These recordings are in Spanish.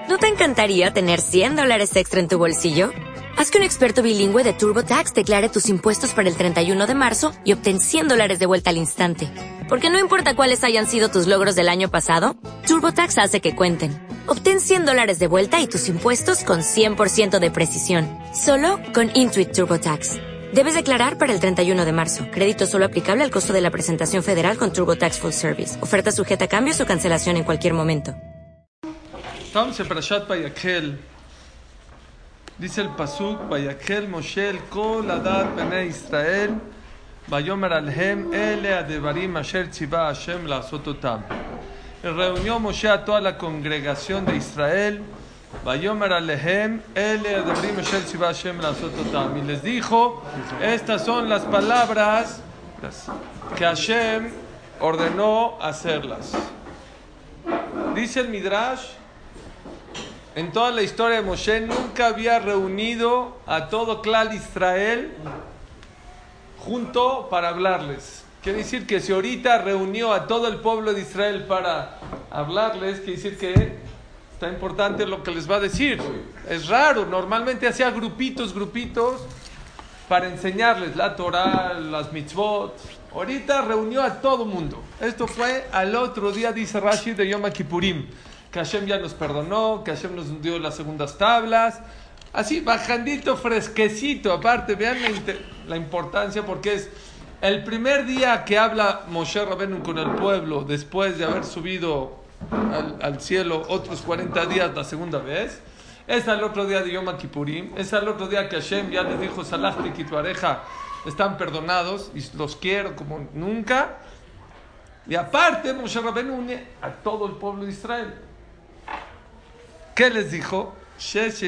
¿No te encantaría tener $100 extra en tu bolsillo? Haz que un experto bilingüe de TurboTax declare tus impuestos para el 31 de marzo y obtén $100 de vuelta al instante. Porque no importa cuáles hayan sido tus logros del año pasado, TurboTax hace que cuenten. Obtén $100 de vuelta y tus impuestos con 100% de precisión. Solo con Intuit TurboTax. Debes declarar para el 31 de marzo. Crédito solo aplicable al costo de la presentación federal con TurboTax Full Service. Oferta sujeta a cambios o cancelación en cualquier momento. Estamos en Parashat Vayakhel. Dice el pasuk: Vayakhel Moshe el kol adat bnei Israel, vayomer alhem ele adevarim asher tziva Hashem la'asot otam. Reunió Moshe a toda la congregación de Israel, vayomer alhem ele adevarim asher tziva Hashem la'asot otam, y les dijo: estas son las palabras que Hashem ordenó hacerlas. Dice el Midrash: en toda la historia de Moshe nunca había reunido a todo Klal Israel junto para hablarles. Quiere decir que si ahorita reunió a todo el pueblo de Israel para hablarles, quiere decir que está importante lo que les va a decir. Es raro, normalmente hacía grupitos para enseñarles la Torah, las mitzvot. Ahorita reunió a todo el mundo. Esto fue al otro día, dice Rashi, de Yom Kippurim, que Hashem ya nos perdonó, que Hashem nos dio las segundas tablas, así bajandito, fresquecito. Aparte, vean la importancia, porque es el primer día que habla Moshe Rabbeinu con el pueblo después de haber subido al cielo otros 40 días la segunda vez. Es al otro día de Yom Kippurim, es al otro día que Hashem ya les dijo: Salachti ki tu areja, están perdonados y los quiero como nunca. Y aparte Moshe Rabbeinu une a todo el pueblo de Israel. ¿Qué les dijo? 6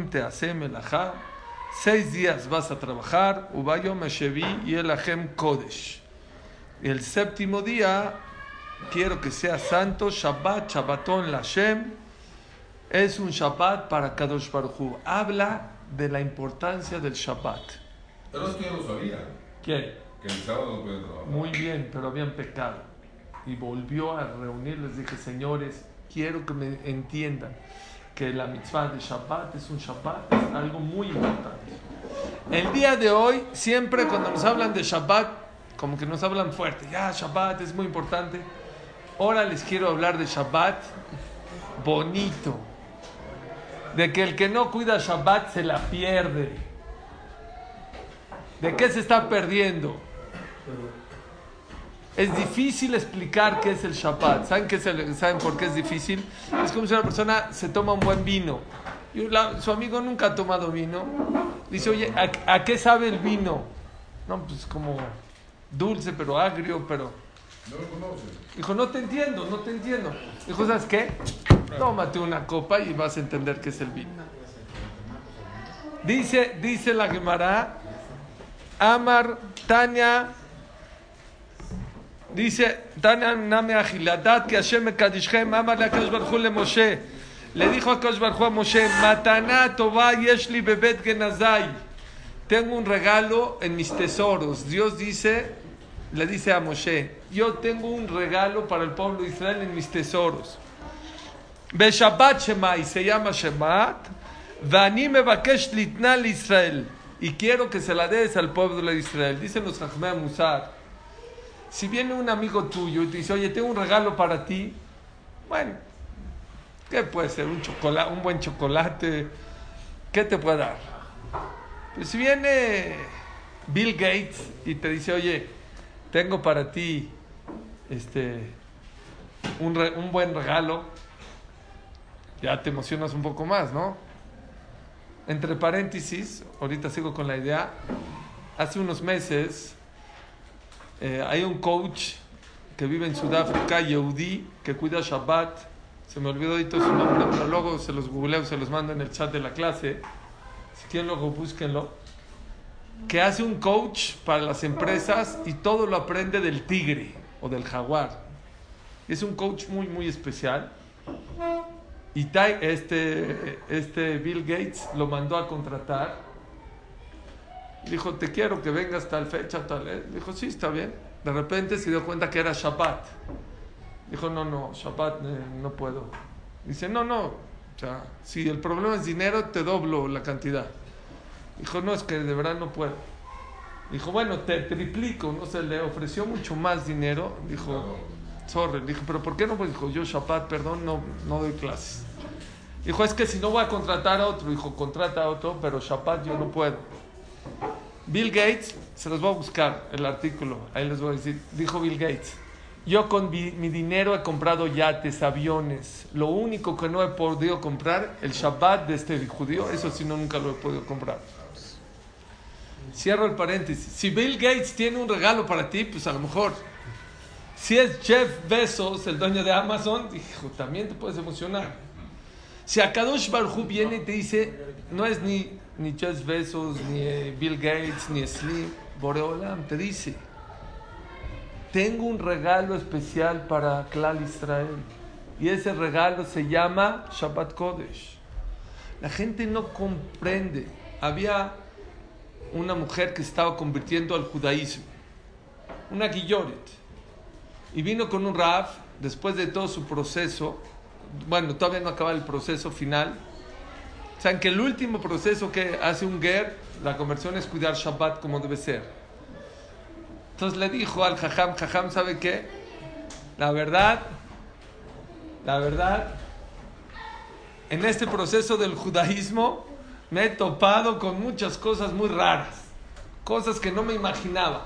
días vas a trabajar, ubayom shevi y elachem kodesh. Y el séptimo día quiero que sea santo, Shabbat, Shabbaton Lashem. Es un Shabbat para Kadosh Baruj Hu. Habla de la importancia del Shabbat. Pero esto ya lo sabía. ¿Quién? Que el sábado no pueden trabajar. Muy bien, pero habían pecado. Y volvió a reunirles. Dije: señores, quiero que me entiendan que la mitzvah de Shabbat es un Shabbat, es algo muy importante. El día de hoy, siempre cuando nos hablan de Shabbat, como que nos hablan fuerte. Ya, Shabbat es muy importante. Ahora les quiero hablar de Shabbat bonito. De que el que no cuida Shabbat se la pierde. ¿De qué se está perdiendo? Es difícil explicar qué es el Shabbat. ¿Saben por qué es difícil? Es como si una persona se toma un buen vino y su amigo nunca ha tomado vino. Dice: oye, ¿a qué sabe el vino? No, pues como dulce, pero agrio, pero... No lo conoce. Dijo: no te entiendo. Dijo: ¿sabes qué? Tómate una copa y vas a entender qué es el vino. Dice la Gemara, Amar Tanya... Dice: Tanya Name Achiladat que Hashem Kadishchem Amar le Akadosh Baruj Hu le Moshe. Le dijo a Akadosh Baruj Hu a Moshe: Matana Tova Yeshli Bebet Genazai. Tengo un regalo en mis tesoros. Dios le dice a Moshe: yo tengo un regalo para el pueblo de Israel en mis tesoros. Be Shabbat Shemai, se llama Shabbat. Vani mevakesh litna li Israel. Y quiero que se la des al pueblo de Israel. Dicen los Chachmei Musar: si viene un amigo tuyo y te dice: oye, tengo un regalo para ti, bueno, ¿qué puede ser? Un buen chocolate, ¿qué te puede dar? Pues si viene Bill Gates y te dice: oye, tengo para ti un buen regalo, ya te emocionas un poco más, ¿no? Entre paréntesis, ahorita sigo con la idea. Hace unos meses hay un coach que vive en Sudáfrica, Yehudi, que cuida Shabbat. Se me olvidó ahorita su nombre, pero luego se los googleo, se los mando en el chat de la clase. Si quieren, luego búsquenlo. Que hace un coach para las empresas y todo lo aprende del tigre o del jaguar. Es un coach muy, muy especial. Y Bill Gates lo mandó a contratar. Dijo: te quiero que vengas tal fecha, tal. Dijo: sí, está bien. De repente se dio cuenta que era Shabbat. Dijo: no, Shabbat no puedo. Dice: no, O sea, si el problema es dinero, te doblo la cantidad. Dijo, no, es que de verdad no puedo. Dijo, bueno, te triplico. No sé, le ofreció mucho más dinero. Dijo, sorry. Dijo, pero ¿por qué no? Pues dijo, yo Shabbat, perdón, no doy clases. Dijo, es que si no voy a contratar a otro. Dijo, contrata a otro, pero Shabbat yo no puedo. Bill Gates, se los voy a buscar el artículo, ahí les voy a decir. Dijo Bill Gates, yo con mi dinero he comprado yates, aviones. Lo único que no he podido comprar, el Shabbat de este judío, eso sí no, nunca lo he podido comprar. Cierro el paréntesis. Si Bill Gates tiene un regalo para ti, pues a lo mejor. Si es Jeff Bezos, el dueño de Amazon, dijo, también te puedes emocionar. Si Akadosh Baruj Hu viene y te dice, no es ni Jeff Bezos, ni Bill Gates, ni Slim, Boreolam, te dice, tengo un regalo especial para Klal Israel. Y ese regalo se llama Shabbat Kodesh. La gente no comprende. Había una mujer que estaba convirtiendo al judaísmo, una Guilloret, y vino con un Rav después de todo su proceso. Bueno, todavía no acaba el proceso final. Saben que el último proceso que hace un ger, la conversión, es cuidar Shabbat como debe ser. Entonces le dijo al Jajam, ¿sabe qué? La verdad, en este proceso del judaísmo me he topado con muchas cosas muy raras, cosas que no me imaginaba.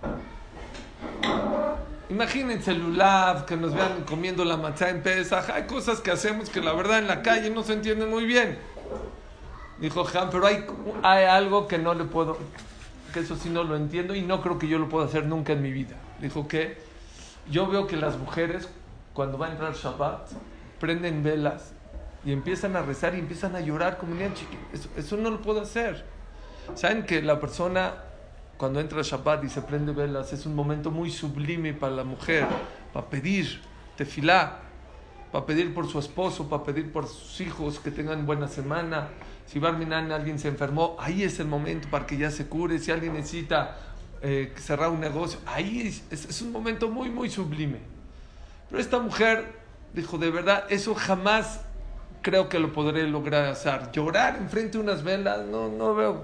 Imagínense el lulav, que nos vean comiendo la matzá en Pesaj. Hay cosas que hacemos que la verdad en la calle no se entienden muy bien. Dijo Jajam, pero hay algo que no le puedo, que eso sí no lo entiendo y no creo que yo lo pueda hacer nunca en mi vida. Dijo que yo veo que las mujeres, cuando va a entrar Shabbat, prenden velas y empiezan a rezar y empiezan a llorar como niñas chiquitas. Eso no lo puedo hacer. Saben que la persona, cuando entra Shabbat y se prende velas, es un momento muy sublime para la mujer, para pedir tefilá, para pedir por su esposo, para pedir por sus hijos que tengan buena semana. Si Barminan alguien se enfermó, ahí es el momento para que ya se cure. Si alguien necesita cerrar un negocio, ahí es un momento muy, muy sublime. Pero esta mujer dijo, de verdad, eso jamás creo que lo podré lograr hacer. Llorar enfrente de unas velas, no veo.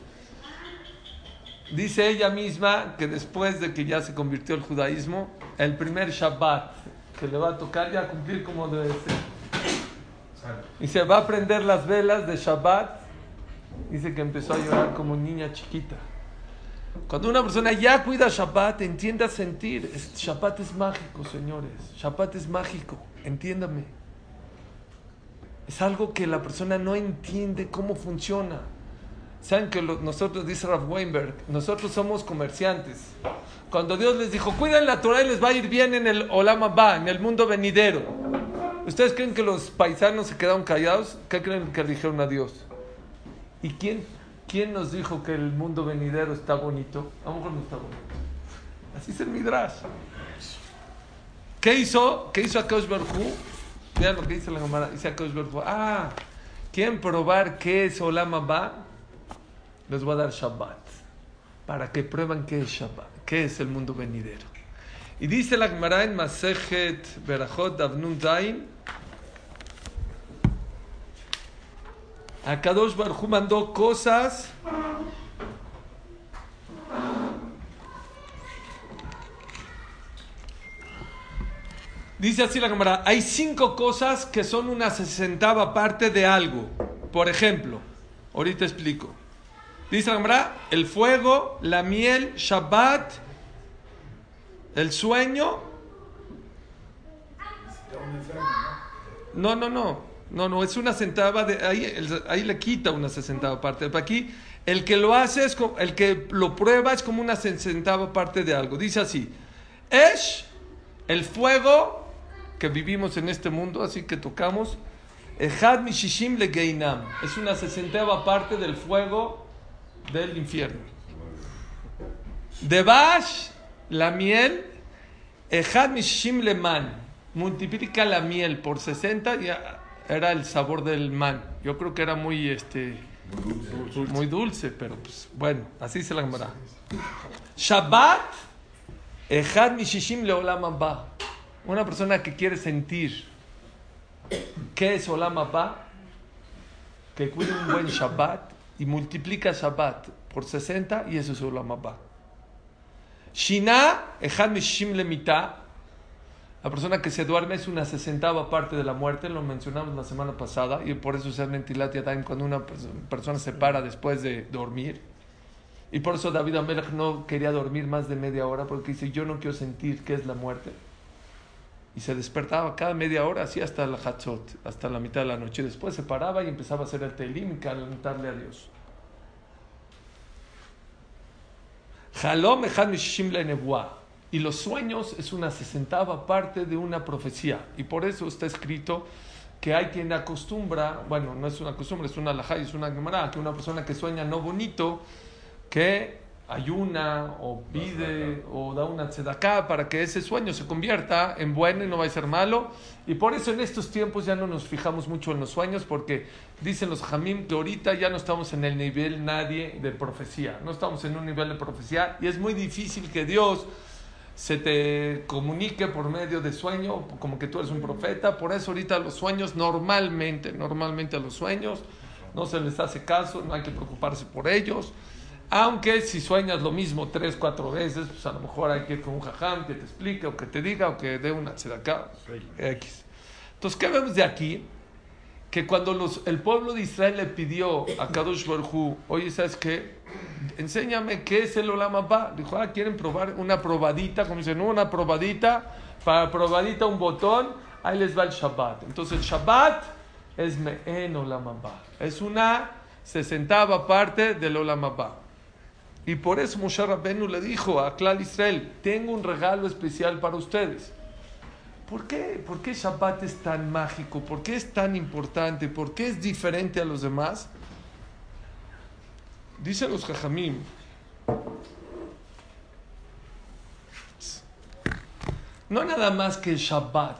Dice ella misma que después de que ya se convirtió al judaísmo, el primer Shabbat que le va a tocar ya cumplir como debe ser. Y se va a prender las velas de Shabbat. Dice que empezó a llorar como niña chiquita. Cuando una persona ya cuida Shabbat, entienda sentir. Shabbat es mágico, señores. Shabbat es mágico, entiéndame. Es algo que la persona no entiende cómo funciona. Saben que nosotros, dice Rav Weinberg, nosotros somos comerciantes. Cuando Dios les dijo, cuiden la Torah y les va a ir bien en el Olam Haba, en el mundo venidero. ¿Ustedes creen que los paisanos se quedaron callados? ¿Qué creen que le dijeron a Dios? ¿Y quién nos dijo que el mundo venidero está bonito? A lo mejor no está bonito. Así es el Midrash. ¿Qué hizo Akadosh Baruj Hu? Vean lo que dice la Gemara. Dice Akadosh Baruj Hu, ¿quieren probar qué es Olam Haba? Les voy a dar Shabbat, para que prueban qué es Shabbat, qué es el mundo venidero. Y dice la Gemara en Masejet Berajot Avnun Zain, Akadosh Baruj Hu mandó cosas dice así la Gemara, hay 5 cosas que son una 60ª parte de algo. Por ejemplo, ahorita explico. Dice la Gemara, el fuego, la miel, Shabbat, el sueño. No, es una centava de ahí le quita una 60ª parte. Pero aquí el que lo hace el que lo prueba es como una 60ª parte de algo. Dice así: Esh, el fuego que vivimos en este mundo, así que tocamos. Echad mishishim legeinam, es una 60ª parte del fuego del infierno. Debash, la miel, Echad mishishim leman, multiplica la miel por 60, ya era el sabor del man. Yo creo que era muy dulce, pero pues bueno, así se la llamará. Shabbat, Echad mishishim leolam haba, una persona que quiere sentir ¿Qué es Olam Haba? Que cuide un buen Shabbat y multiplica Shabbat por 60 y eso es Olam Haba. Shina, Echad Mishim Lemita. La persona que se duerme es una 60ª parte de la muerte, lo mencionamos la semana pasada, y por eso se hace Netilat Yadayim cuando una persona se para después de dormir. Y por eso David Amelech no quería dormir más de media hora, porque dice, yo no quiero sentir qué es la muerte. Y se despertaba cada media hora, así hasta la Hatzot, hasta la mitad de la noche. Después se paraba y empezaba a hacer el Teilim y calentarle a Dios. Halom Echad Mishim Lenebuah. Y los sueños es una 60ª parte de una profecía. Y por eso está escrito que hay quien acostumbra, bueno, no es una costumbre, es una halajá y es una gemara, que una persona que sueña no bonito, que ayuna o pide o da una tzedaká para que ese sueño se convierta en bueno y no va a ser malo. Y por eso en estos tiempos ya no nos fijamos mucho en los sueños, porque dicen los jamim que ahorita ya no estamos en el nivel nadie de profecía, no estamos en un nivel de profecía y es muy difícil que Dios se te comunique por medio de sueño, como que tú eres un profeta. Por eso ahorita los sueños, normalmente a los sueños no se les hace caso, no hay que preocuparse por ellos. Aunque si sueñas lo mismo 3, 4 veces, pues a lo mejor hay que ir con un jajam que te explique, o que te diga, o que dé una tzedaká, X. Entonces, ¿qué vemos de aquí? Que cuando el pueblo de Israel le pidió a Kadosh Baruj Hu, oye, ¿sabes qué? Enséñame qué es el Olam Haba. Dijo, quieren probar una probadita, como dicen, una probadita, para probadita un botón, ahí les va el Shabbat. Entonces el Shabbat es Me'en Olam Haba, es una 60ª parte del Olam Haba. Y por eso Moshe Rabbeinu le dijo a Klal Israel, tengo un regalo especial para ustedes. ¿Por qué Shabbat es tan mágico? ¿Por qué es tan importante? ¿Por qué es diferente a los demás? Dicen los Jajamim, no nada más que el Shabbat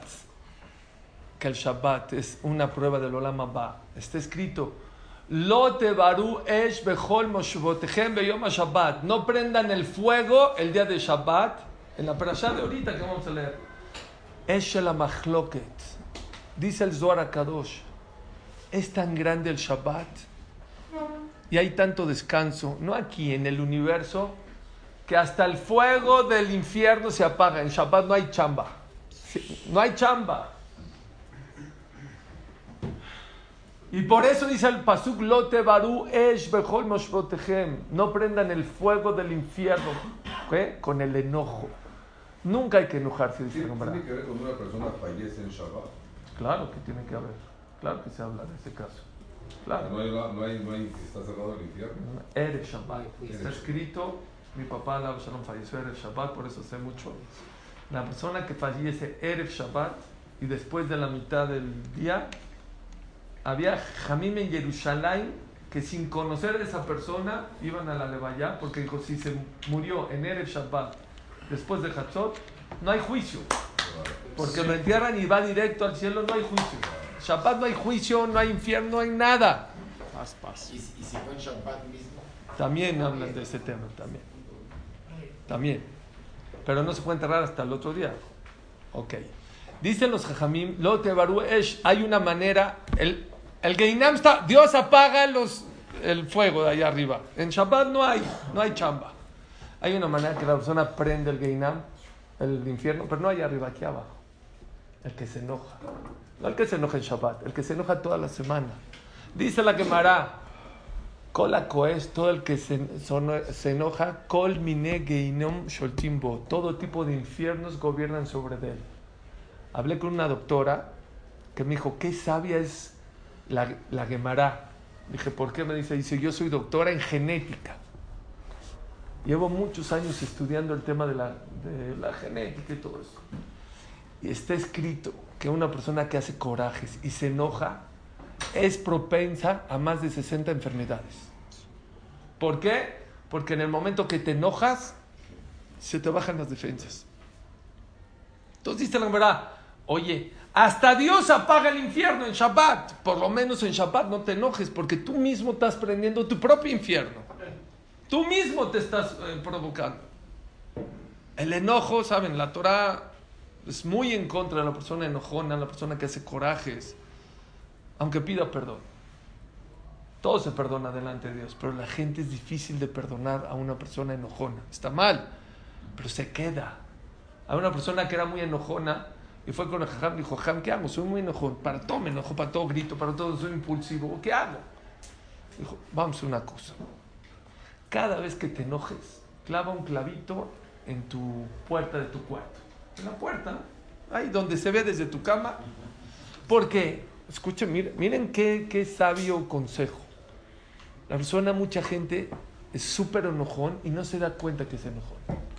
es una prueba del Olam Haba. Está escrito, Lo tevaru esh bechol moshvotechem beyom Shabbat. No prendan el fuego el día de Shabbat. En la parashá de ahorita que vamos a leer, Esh el Machloket. Dice el Zohar HaKadosh, es tan grande el Shabbat y hay tanto descanso, no aquí en el universo, que hasta el fuego del infierno se apaga. En Shabbat no hay chamba. No hay chamba. Y por eso dice el pasuk, Lo tevaru esh bechol moshvotechem. No prendan el fuego del infierno, ¿qué? Con el enojo. Nunca hay que enojarse, dice el ¿Tiene que ver con una persona fallece en Shabbat? Claro que tiene que haber. Claro que se habla de ese caso. Claro. No hay, está cerrado el infierno. Erev Shabbat. Está escrito, mi papá Alav Shalom falleció Erev Shabbat, por eso sé mucho. La persona que fallece Erev Shabbat y después de la mitad del día, había Jamim en Jerusalén que sin conocer a esa persona iban a la Levaya, porque dijo, si se murió en Erev Shabbat después de Hatzot, no hay juicio, porque lo entierran y va directo al cielo. No hay juicio. Shabbat no hay juicio, no hay infierno, no hay nada. Paz. ¿Y si fue en Shabbat mismo? También hablan de ese tema, también. Pero no se puede enterrar hasta el otro día. Ok. Dicen los Jajamim, Lo tevaru esh, hay una manera, el Geinam está, Dios apaga el fuego de allá arriba. En Shabbat no hay chamba. Hay una manera que la persona prende el Geinam, el infierno, pero no allá arriba, aquí abajo. El que se enoja. No el que se enoja en Shabbat, el que se enoja toda la semana. Dice la Gemara, Kol HaKoes, todo el que se enoja, Kol Mine Geinom Sholtim Bo, todo tipo de infiernos gobiernan sobre él. Hablé con una doctora que me dijo, qué sabia es la Gemara. Dije, ¿por qué? Me dice, yo soy doctora en genética. Llevo muchos años estudiando el tema de la genética y todo eso. Y está escrito que una persona que hace corajes y se enoja es propensa a más de 60 enfermedades. ¿Por qué? Porque en el momento que te enojas, se te bajan las defensas. Entonces dice la verdad, oye, hasta Dios apaga el infierno en Shabbat. Por lo menos en Shabbat no te enojes, porque tú mismo estás prendiendo tu propio infierno. Tú mismo te estás provocando. El enojo, ¿saben? La Torah es muy en contra de la persona enojona, la persona que hace corajes. aunque pida perdón. Todo se perdona delante de Dios, pero la gente es difícil de perdonar a una persona enojona. Está mal, pero se queda. Hay una persona que era muy enojona y fue con el jajam y dijo, jajam, ¿qué hago? Soy muy enojón, para todo me enojo, para todo grito, para todo soy impulsivo, ¿qué hago? Dijo, vamos a hacer una cosa. Cada vez que te enojes, clava un clavito en tu puerta de tu cuarto. En la puerta, ahí donde se ve desde tu cama. Porque, escuchen, miren qué sabio consejo. La persona, mucha gente es súper enojón y no se da cuenta que es enojón.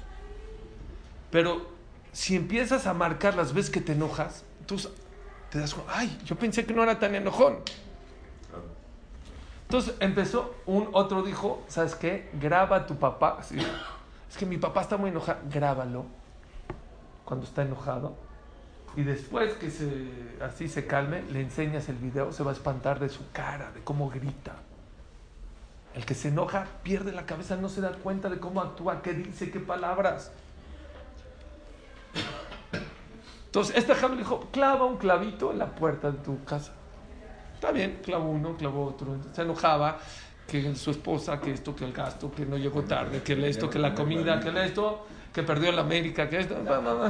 Pero si empiezas a marcar las veces que te enojas, tú te das cuenta, ay, yo pensé que no era tan enojón. Entonces otro dijo, ¿sabes qué? Graba a tu papá. Sí, es que mi papá está muy enojado. Grábalo cuando está enojado. Y después que así se calme, le enseñas el video, se va a espantar de su cara, de cómo grita. El que se enoja pierde la cabeza, no se da cuenta de cómo actúa, qué dice, qué palabras. Entonces, este jam le dijo, clava un clavito en la puerta de tu casa. Está bien, clavó uno, clavó otro. Se enojaba que su esposa, que esto, que el gasto, que no llegó tarde, que esto, que la comida, que esto, que perdió el América, que esto.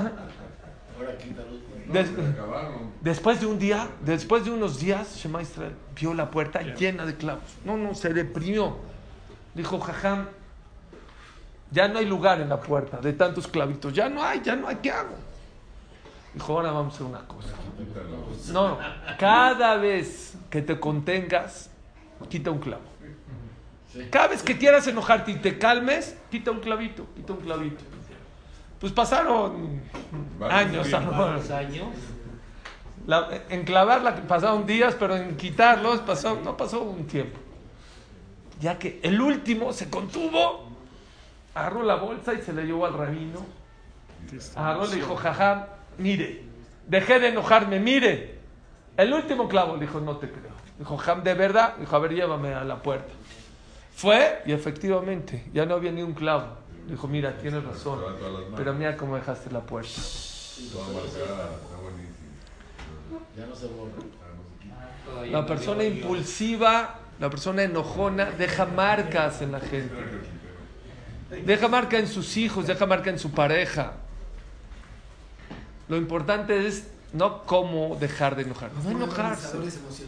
Después de unos días, Shema Israel vio la puerta llena de clavos. No, se deprimió. Dijo, jajam, ya no hay lugar en la puerta de tantos clavitos. Ya no hay, ¿qué hago? Dijo, ahora vamos a hacer una cosa. No, cada vez que te contengas, quita un clavo. Cada vez que quieras enojarte y te calmes, quita un clavito. Pues pasaron años. En clavarla pasaron días, pero en quitarlos no pasó un tiempo. Ya que el último se contuvo, agarró la bolsa y se la llevó al rabino. Agarró, le dijo, jajam, mire, dejé de enojarme, mire. El último clavo, le dijo, no te creo. Dijo, jajam, ¿de verdad? Dijo, a ver, llévame a la puerta. Fue, y efectivamente, ya no había ni un clavo. Dijo, mira, tienes razón, pero mira cómo dejaste la puerta. Ya no se borra. La persona impulsiva, la persona enojona, deja marcas en la gente. Deja marca en sus hijos, deja marca en su pareja. Lo importante es no cómo dejar de enojar, no enojarse.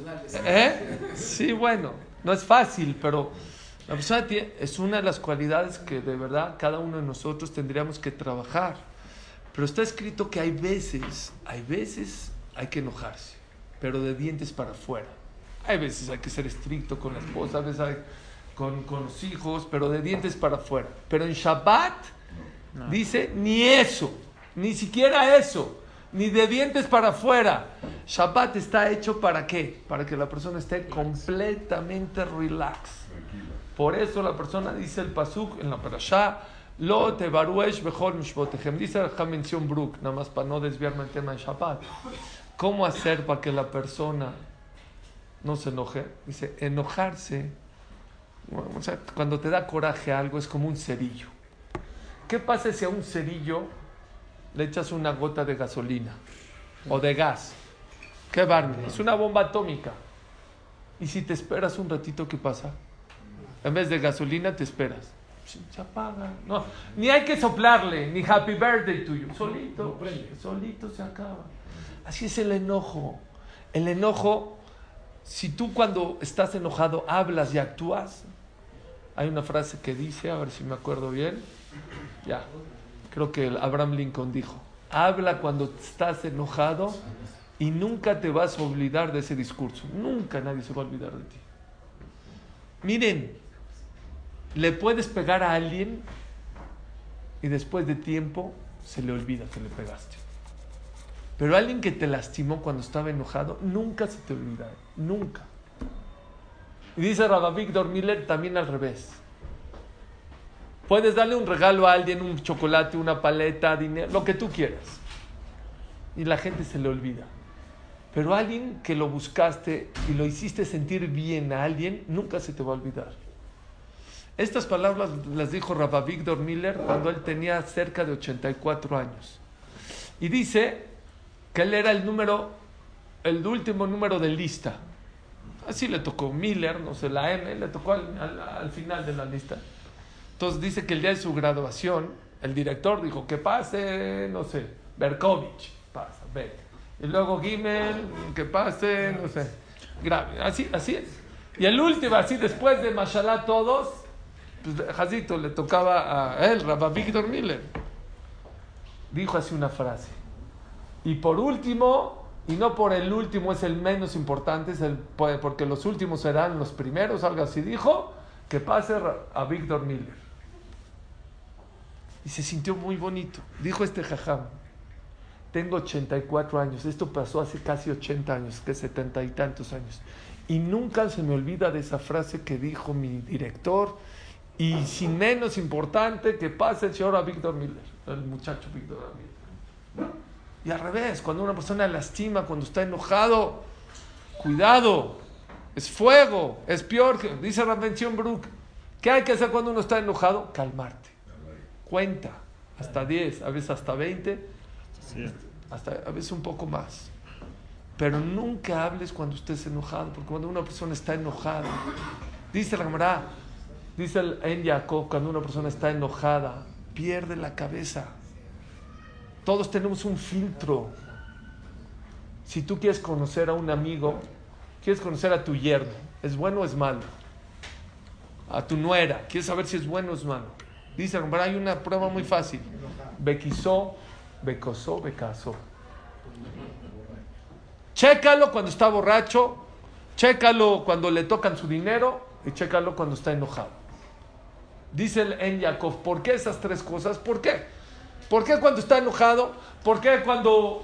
Sí, bueno, no es fácil, pero la persona es una de las cualidades que de verdad cada uno de nosotros tendríamos que trabajar. Pero está escrito que hay veces hay que enojarse, pero de dientes para afuera. Hay veces hay que ser estricto con la esposa, a veces hay con los hijos, pero de dientes para afuera. Pero en Shabbat dice ni eso, ni siquiera eso, ni de dientes para afuera. Shabbat está hecho ¿para qué? Para que la persona esté completamente relax. Por eso la persona dice el pasuk en la parashá, lo tevaruesh bechol mishpotejem. Dice la mención Brook, nada más para no desviarme del tema de Shabbat. ¿Cómo hacer para que la persona no se enoje? Dice, enojarse, bueno, o sea, cuando te da coraje algo es como un cerillo. ¿Qué pasa si a un cerillo le echas una gota de gasolina o de gas? ¿Qué Barney? Es una bomba atómica. Y si te esperas un ratito, ¿qué pasa? En vez de gasolina te esperas, se apaga. No, ni hay que soplarle, ni happy birthday to you. Solito se acaba. Así es el enojo. El enojo, si tú cuando estás enojado hablas y actúas, hay una frase que dice, a ver si me acuerdo bien, ya, creo que Abraham Lincoln dijo, habla cuando estás enojado y nunca te vas a olvidar de ese discurso. Nunca nadie se va a olvidar de ti. Miren, le puedes pegar a alguien y después de tiempo se le olvida que le pegaste. Pero alguien que te lastimó cuando estaba enojado, nunca se te olvida, nunca. Y dice Rabbi Víctor Miller también al revés. Puedes darle un regalo a alguien, un chocolate, una paleta, dinero, lo que tú quieras. Y la gente se le olvida. Pero alguien que lo buscaste y lo hiciste sentir bien a alguien, nunca se te va a olvidar. Estas palabras las dijo Rabbi Víctor Miller cuando él tenía cerca de 84 años. Y dice que él era el último número de lista Así le tocó Miller, no sé, la M, le tocó al final de la lista. Entonces dice que el día de su graduación, el director dijo que pase, no sé, Berkovich, pasa, ve. Y luego Gimel, que pase, no sé, grave. Así es. Y el último, así después de Mashallah todos, pues Jacito le tocaba a él, Rabbi Víctor Miller. Dijo así una frase. Y por último, y no por el último es el menos importante, porque los últimos serán los primeros, algo así dijo, que pase a Víctor Miller. Y se sintió muy bonito. Dijo este jajam, tengo 84 años, esto pasó hace casi 80 años, que 70 y tantos años. Y nunca se me olvida de esa frase que dijo mi director, y sin menos importante que pase el señor a Víctor Miller, el muchacho Víctor Miller. Y al revés, cuando una persona lastima, cuando está enojado, cuidado, es fuego, es peor, dice Ravención Brook. ¿Qué hay que hacer cuando uno está enojado? Calmarte. Cuenta, hasta 10, a veces hasta 20, hasta a veces un poco más. Pero nunca hables cuando estés enojado, porque cuando una persona está enojada, dice la Gemara, dice el En Jacob, cuando una persona está enojada, pierde la cabeza. Todos tenemos un filtro. Si tú quieres conocer a un amigo, quieres conocer a tu yerno, ¿es bueno o es malo? A tu nuera, quieres saber si es bueno o es malo. Dice, hay una prueba muy fácil. Bequisó, becosó, becasó. Chécalo cuando está borracho, chécalo cuando le tocan su dinero y chécalo cuando está enojado. Dice el En Jacob, ¿por qué esas tres cosas? ¿Por qué? ¿Por qué cuando está enojado? ¿Por qué cuando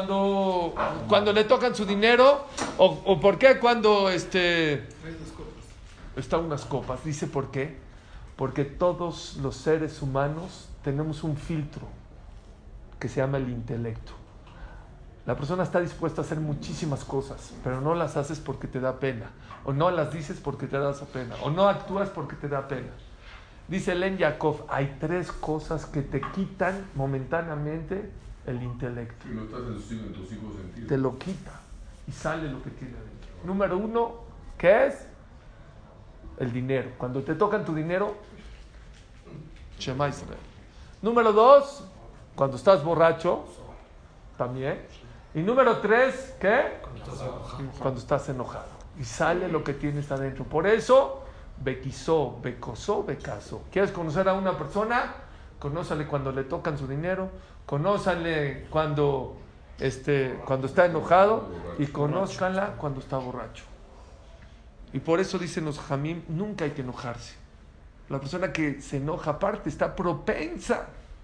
le tocan su dinero? ¿O por qué cuando está unas copas? Dice, ¿por qué? Porque todos los seres humanos tenemos un filtro que se llama el intelecto. La persona está dispuesta a hacer muchísimas cosas, pero no las haces porque te da pena, o no las dices porque te da pena, o no actúas porque te da pena. Dice Len Yaakov, hay tres cosas que te quitan momentáneamente el intelecto. Y no estás en tus hijos sentidos. Te lo quita y sale lo que tiene adentro. Número uno, ¿qué es? El dinero. Cuando te tocan tu dinero, Shema Israel. Número dos, cuando estás borracho, también. Y número tres, ¿qué? Cuando estás enojado. Y sale lo que tienes adentro. Por eso, bequisó, becosó, becasó. ¿Quieres conocer a una persona? Conózale cuando le tocan su dinero, conózale cuando está enojado y conózcanla cuando está borracho. Y por eso dicen los jamim, nunca hay que enojarse. La persona que se enoja aparte está propensa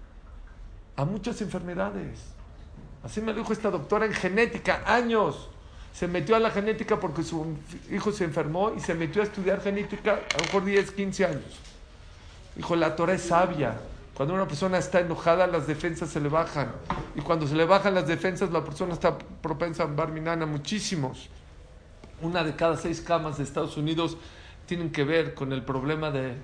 a muchas enfermedades. Así me lo dijo esta doctora en genética, años. Se metió a la genética porque su hijo se enfermó y se metió a estudiar genética a lo mejor 10, 15 años. Dijo, la Torah es sabia. Cuando una persona está enojada, las defensas se le bajan. Y cuando se le bajan las defensas, la persona está propensa a barminana, muchísimos. 1 de cada 6 camas de Estados Unidos tienen que ver con el problema de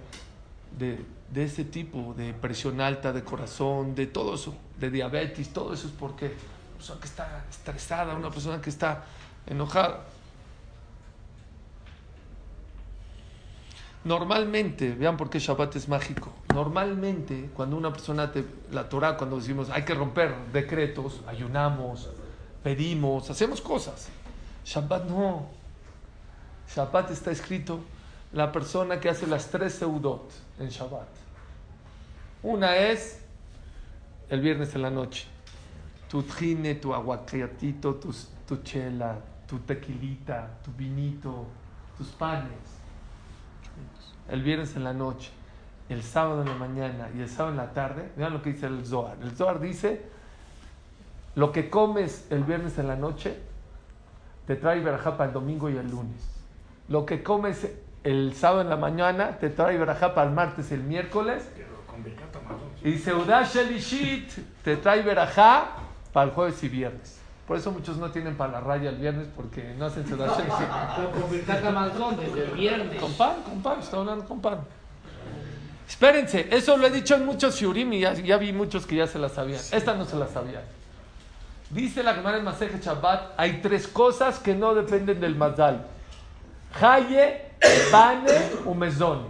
ese tipo, de presión alta, de corazón, de todo eso, de diabetes, todo eso es porque una persona que está estresada, una persona que está enojada. Normalmente, vean por qué Shabbat es mágico. Normalmente, cuando una persona, la Torah, cuando decimos hay que romper decretos, ayunamos, pedimos, hacemos cosas. Shabbat no. Shabbat está escrito la persona que hace las 3 seudot en Shabbat. Una es el viernes en la noche. Tu tjine, tu aguacatito, tu chela, tu tequilita, tu vinito, tus panes. El viernes en la noche, el sábado en la mañana y el sábado en la tarde. Vean lo que dice el Zohar. El Zohar dice, lo que comes el viernes en la noche te trae verajá para el domingo y el lunes. Lo que comes el sábado en la mañana te trae verajá para el martes y el miércoles. Y Seudá Shelishit te trae verajá para el jueves y viernes. Por eso muchos no tienen para la raya el viernes porque no hacen Seudá Shelishit. Pero con Birkat Hamazon desde el viernes. Con pan, estoy hablando con pan. Espérense, eso lo he dicho en muchos shiurim y ya vi muchos que ya se la sabían. Sí. Esta no se la sabían. Dice la Gemara en Masejet Shabbat, hay 3 cosas que no dependen del mazal. Haye, Bane, Umezone.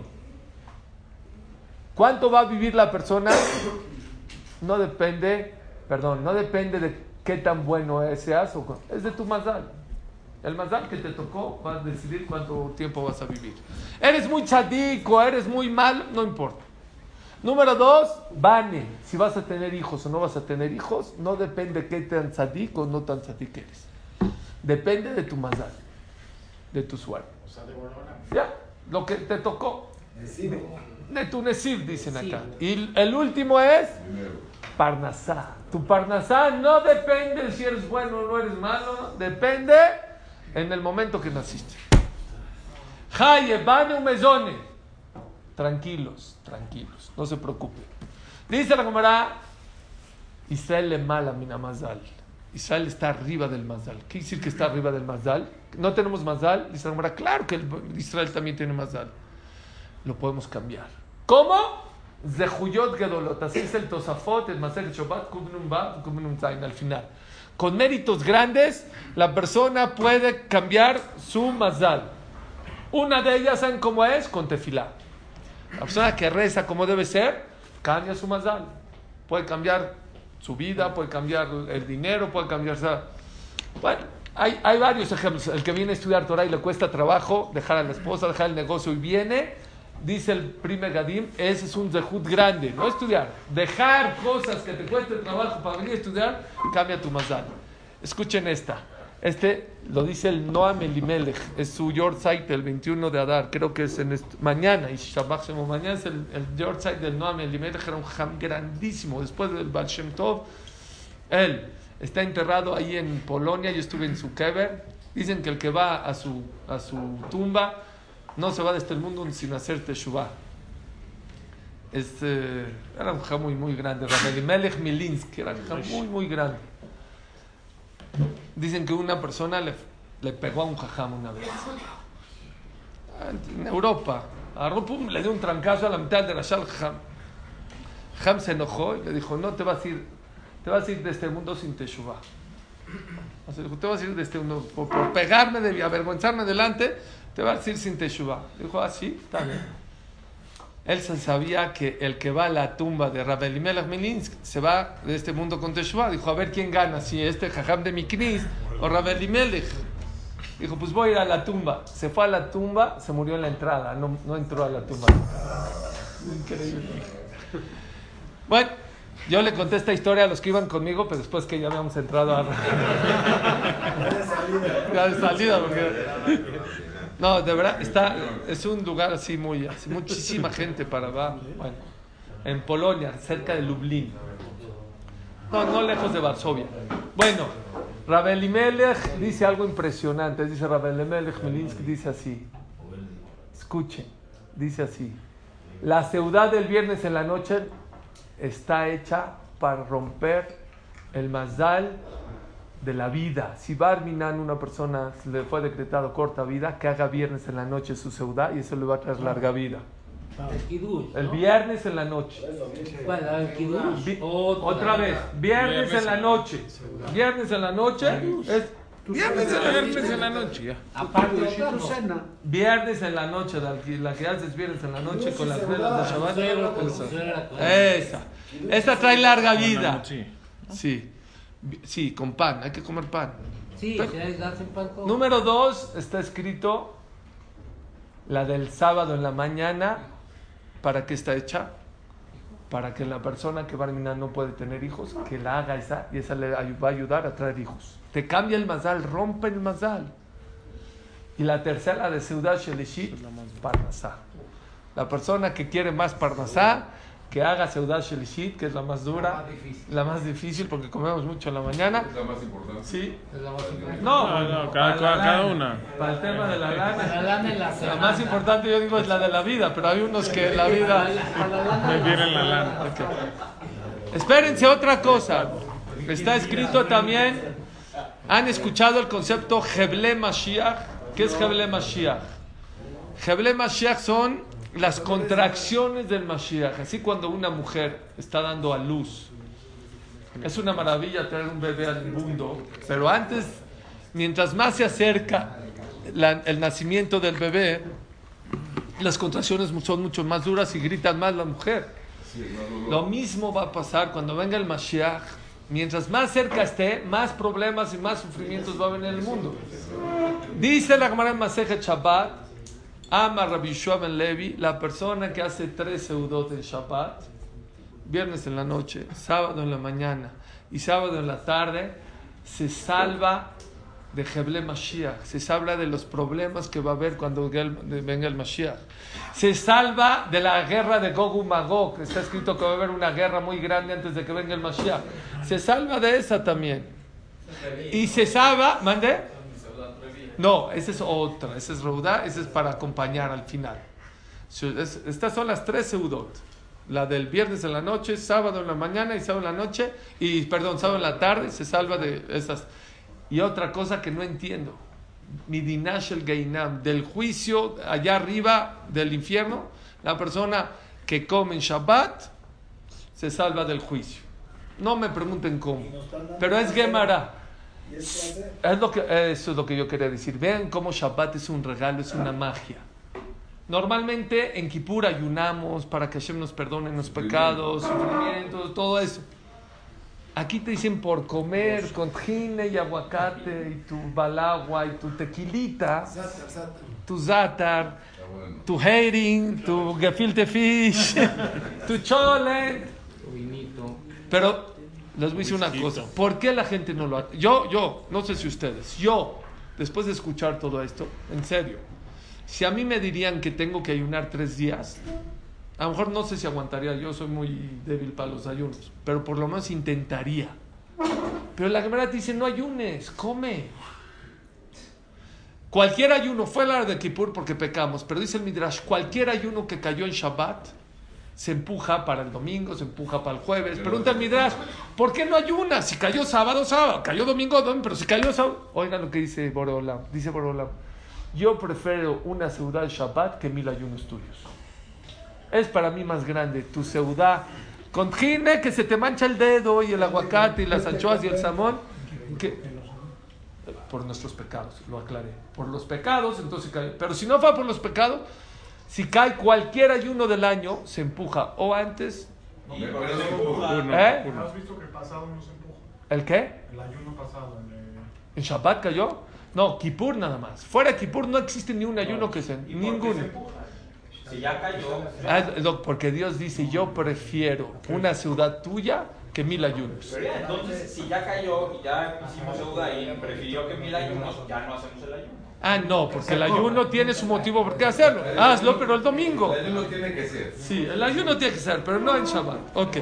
¿Cuánto va a vivir la persona? No depende de qué tan bueno seas, es de tu mazal. El mazal que te tocó va a decidir cuánto tiempo vas a vivir. Eres muy tzadico, eres muy mal, no importa. Número 2, Bane. Si vas a tener hijos o no vas a tener hijos, no depende de qué tan tzadico o no tan tzadik eres. Depende de tu mazal, de tu suerte. Ya, lo que te tocó. De tu nesib, dicen acá. Y el último es Parnasá. Tu Parnasá no depende de si eres bueno o no eres malo, depende en el momento que naciste. Haye, Bane, Umezone. Tranquilos, no se preocupen. Dice la Gemara, Israel le mala mina mazal. Israel está arriba del mazal. ¿Qué quiere decir que está arriba del mazal? ¿No tenemos mazal? Dice la Gemara, claro que Israel también tiene mazal. Lo podemos cambiar. ¿Cómo? Zehuyot Gedolot. Así es el Tosafot, el Masechet Shabbat, Kubnum Ba, Kubnum Zain, al final. Con méritos grandes, la persona puede cambiar su mazal. Una de ellas, ¿saben cómo es? Con tefilá. La persona que reza como debe ser, cambia su mazal. Puede cambiar su vida, puede cambiar el dinero, puede cambiar... Bueno, hay varios ejemplos. El que viene a estudiar Torah y le cuesta trabajo, dejar a la esposa, dejar el negocio y viene, dice el primer Gadim, ese es un zehut grande, no estudiar. Dejar cosas que te cueste trabajo para venir a estudiar, cambia tu mazal. Escuchen esta. Lo dice el Noam Elimelech, es su Yortzeit el 21 de Adar, creo que es mañana, y Shabbat Shemo, mañana es el Yortzeit del Noam Elimelech, era un jam grandísimo, después del Baal Shem Tov. Él está enterrado ahí en Polonia, yo estuve en su kever. Dicen que el que va a su tumba no se va de este mundo sin hacer teshuvah. Era un jam muy, muy grande, Rav Elimelech Milinsky, era un jam muy, muy grande. Dicen que una persona le pegó a un jajam una vez en Europa, le dio un trancazo a la mitad de la shal jajam. Jajam se enojó y le dijo, no te vas a ir de este mundo sin teshuvah. O sea, dijo, te vas a ir de este mundo por pegarme, de avergonzarme delante, te vas a ir sin teshuvah. Dijo, sí, está bien. Él sabía que el que va a la tumba de Rav Elimelech Milinsky se va de este mundo con teshuvah. Dijo, a ver quién gana, si jajam de mi knis o Rav Elimelech. Dijo, pues voy a ir a la tumba. Se fue a la tumba, se murió en la entrada, no entró a la tumba. Increíble. Bueno, yo le conté esta historia a los que iban conmigo, pero después que ya habíamos entrado a... ya de salida, porque... No, de verdad, es un lugar así muchísima gente bueno, en Polonia, cerca de Lublin. No lejos de Varsovia. Bueno, Rav Elimelech dice algo impresionante. Dice Rav Elimelech Milinsky, dice así. Escuchen, dice así. La ciudad del viernes en la noche está hecha para romper el mazal de la vida. Si Barminan, una persona le fue decretado corta vida, que haga viernes en la noche su seudá y eso le va a traer larga vida. El viernes en la noche. Otra vez, viernes en la noche. Viernes en la noche es viernes en la noche. Ya. Viernes en la noche, la que haces viernes en la noche con las velas de Shabbat. Esa trae larga vida. Sí, con pan, hay que comer pan. Sí, hacen pan con... Número 2, está escrito la del sábado en la mañana. ¿Para qué está hecha? Para que la persona que Barminan no puede tener hijos, que la haga esa, y esa le va a ayudar a traer hijos. Te cambia el mazal, rompe el mazal. Y la tercera, la de Seudat Shelishit, Parnasá. La persona que quiere más Parnasá, que haga Seudat Shelishit, que es la más dura, la más difícil, porque comemos mucho en la mañana. ¿Es la más importante? Sí. Es la más importante. No, cada una. Para el tema de la lana. La lana en la La semana. más importante, yo digo, es la de la vida, pero hay unos que la vida... Prefieren la lana. Okay. Espérense otra cosa. Está escrito también, ¿han escuchado el concepto Heble Mashiach? ¿Qué es Heble Mashiach? Heble Mashiach son las contracciones del Mashiach. Así cuando una mujer está dando a luz, es una maravilla traer un bebé al mundo, pero antes, mientras más se acerca el nacimiento del bebé, las contracciones son mucho más duras y gritan más la mujer. Lo mismo va a pasar cuando venga el Mashiach. Mientras más cerca esté, más problemas y más sufrimientos va a haber en el mundo. Dice la Gemara en Masejet Shabbat, ama Rabbi Yeshua ben Levi, la persona que hace 3 seudot en Shabbat, viernes en la noche, sábado en la mañana y sábado en la tarde, se salva de Heble Mashiach, se salva de los problemas que va a haber cuando venga el Mashiach, se salva de la guerra de Gog y Magog, está escrito que va a haber una guerra muy grande antes de que venga el Mashiach, se salva de esa también, y se salva, ¿mande? No, esa es otra, esa es Reudá, esa es para acompañar al final. Estas son las 3 seudot, la del viernes en la noche, sábado en la mañana y sábado en la noche, sábado en la tarde, se salva de esas. Y otra cosa que no entiendo, Midinash el Geinam, del juicio allá arriba del infierno, la persona que come en Shabbat se salva del juicio. No me pregunten cómo, pero es Gemara. Eso es lo que yo quería decir. Vean cómo Shabbat es un regalo, es una magia. Normalmente en Kippur ayunamos para que Hashem nos perdone los pecados, sufrimientos, todo eso. Aquí te dicen por comer con tajine y aguacate y tu balagua y tu tequilita, tu zatar, tu herring, tu gefilte fish, tu chole. Pero les voy a decir una cosa. ¿Por qué la gente no lo hace? Yo, no sé si ustedes, después de escuchar todo esto, en serio, si a mí me dirían que tengo que ayunar 3 días, a lo mejor no sé si aguantaría, yo soy muy débil para los ayunos, pero por lo menos intentaría. Pero la Gemara te dice, no ayunes, come. Cualquier ayuno, fue la de Kippur porque pecamos, pero dice el Midrash, cualquier ayuno que cayó en Shabbat, se empuja para el domingo, se empuja para el jueves. Pregunta el Midrash, ¿por qué no ayunas? Si cayó sábado, cayó domingo, pero si cayó sábado. Oigan lo que dice Boreolam, yo prefiero una seudá de Shabbat que 1000 ayunos tuyos. Es para mí más grande tu seudá con tajine que se te mancha el dedo y el aguacate y las anchoas y el salmón por nuestros pecados, lo aclaré, por los pecados, entonces cae. Pero si no fue por los pecados, si cae cualquier ayuno del año, se empuja o antes. ¿Has visto que el pasado no se empuja? ¿El qué? El ayuno pasado. ¿En Shabbat cayó? No, Kippur nada más. Fuera de Kippur no existe ni un ayuno que se... Ninguno. Si ya cayó. Porque Dios dice, yo prefiero una ciudad tuya que 1000 ayunos. Pero ya, entonces, si ya cayó y ya hicimos deuda y prefirió que 1000 ayunos, ya no hacemos el ayuno. No, porque el ayuno tiene su motivo por qué hacerlo. Hazlo, pero el domingo. El ayuno tiene que ser. Sí, el ayuno tiene que ser, pero no en Shabbat. Ok.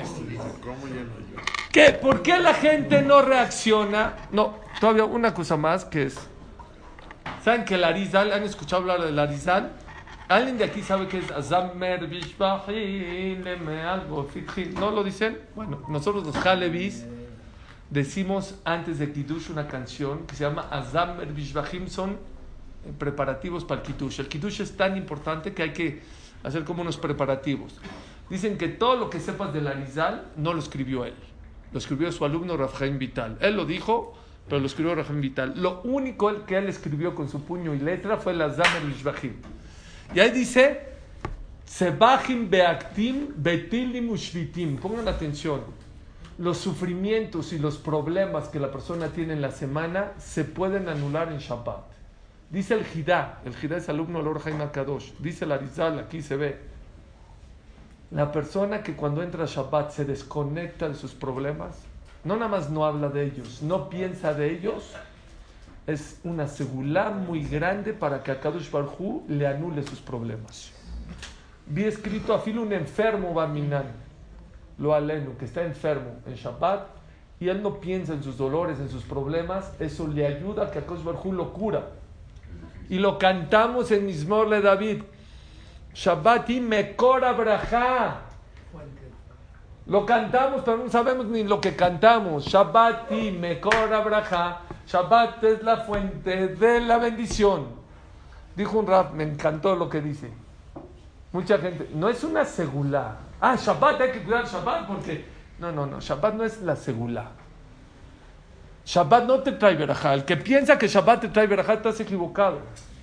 ¿Por qué la gente no reacciona? No, todavía una cosa más que es... ¿Saben que el Arizal, han escuchado hablar del Arizal? ¿Alguien de aquí sabe qué es Azamer Bishbachim algo Fitjim? ¿No lo dicen? Bueno, nosotros los Halevis decimos antes de Kiddush una canción que se llama Azamer Bishbachim, son preparativos para el Kiddush. El Kiddush es tan importante que hay que hacer como unos preparativos. Dicen que todo lo que sepas del Arizal no lo escribió él, lo escribió su alumno Rav Chaim Vital. Él lo dijo, pero lo escribió Rav Chaim Vital. Lo único que él escribió con su puño y letra fue el Azamer Bishbachim. Y ahí dice, Sebachim beaktim betilim ushvitim. Pongan atención. Los sufrimientos y los problemas que la persona tiene en la semana se pueden anular en Shabbat. Dice el Jidá es alumno del Or Haim HaKadosh. Dice el Arizal, aquí se ve. La persona que cuando entra a Shabbat se desconecta de sus problemas, no nada más no habla de ellos, no piensa de ellos, es una segulá muy grande para que a Kadosh Baruj Hu le anule sus problemas. Vi escrito a filo un enfermo Barminan, lo aleno, que está enfermo en Shabbat, y él no piensa en sus dolores, en sus problemas, eso le ayuda a que a Kadosh Baruj Hu lo cura. Y lo cantamos en Mizmor le David, Shabbat y Mekor Abraha. Lo cantamos, pero no sabemos ni lo que cantamos. Shabbat y Mekor Abraha. Shabbat es la fuente de la bendición. Dijo un rab, me encantó lo que dice. Mucha gente, no es una segulá. Shabbat, hay que cuidar Shabbat porque... No, Shabbat no es la segulá. Shabbat no te trae verajá. El que piensa que Shabbat te trae verajá, estás equivocado.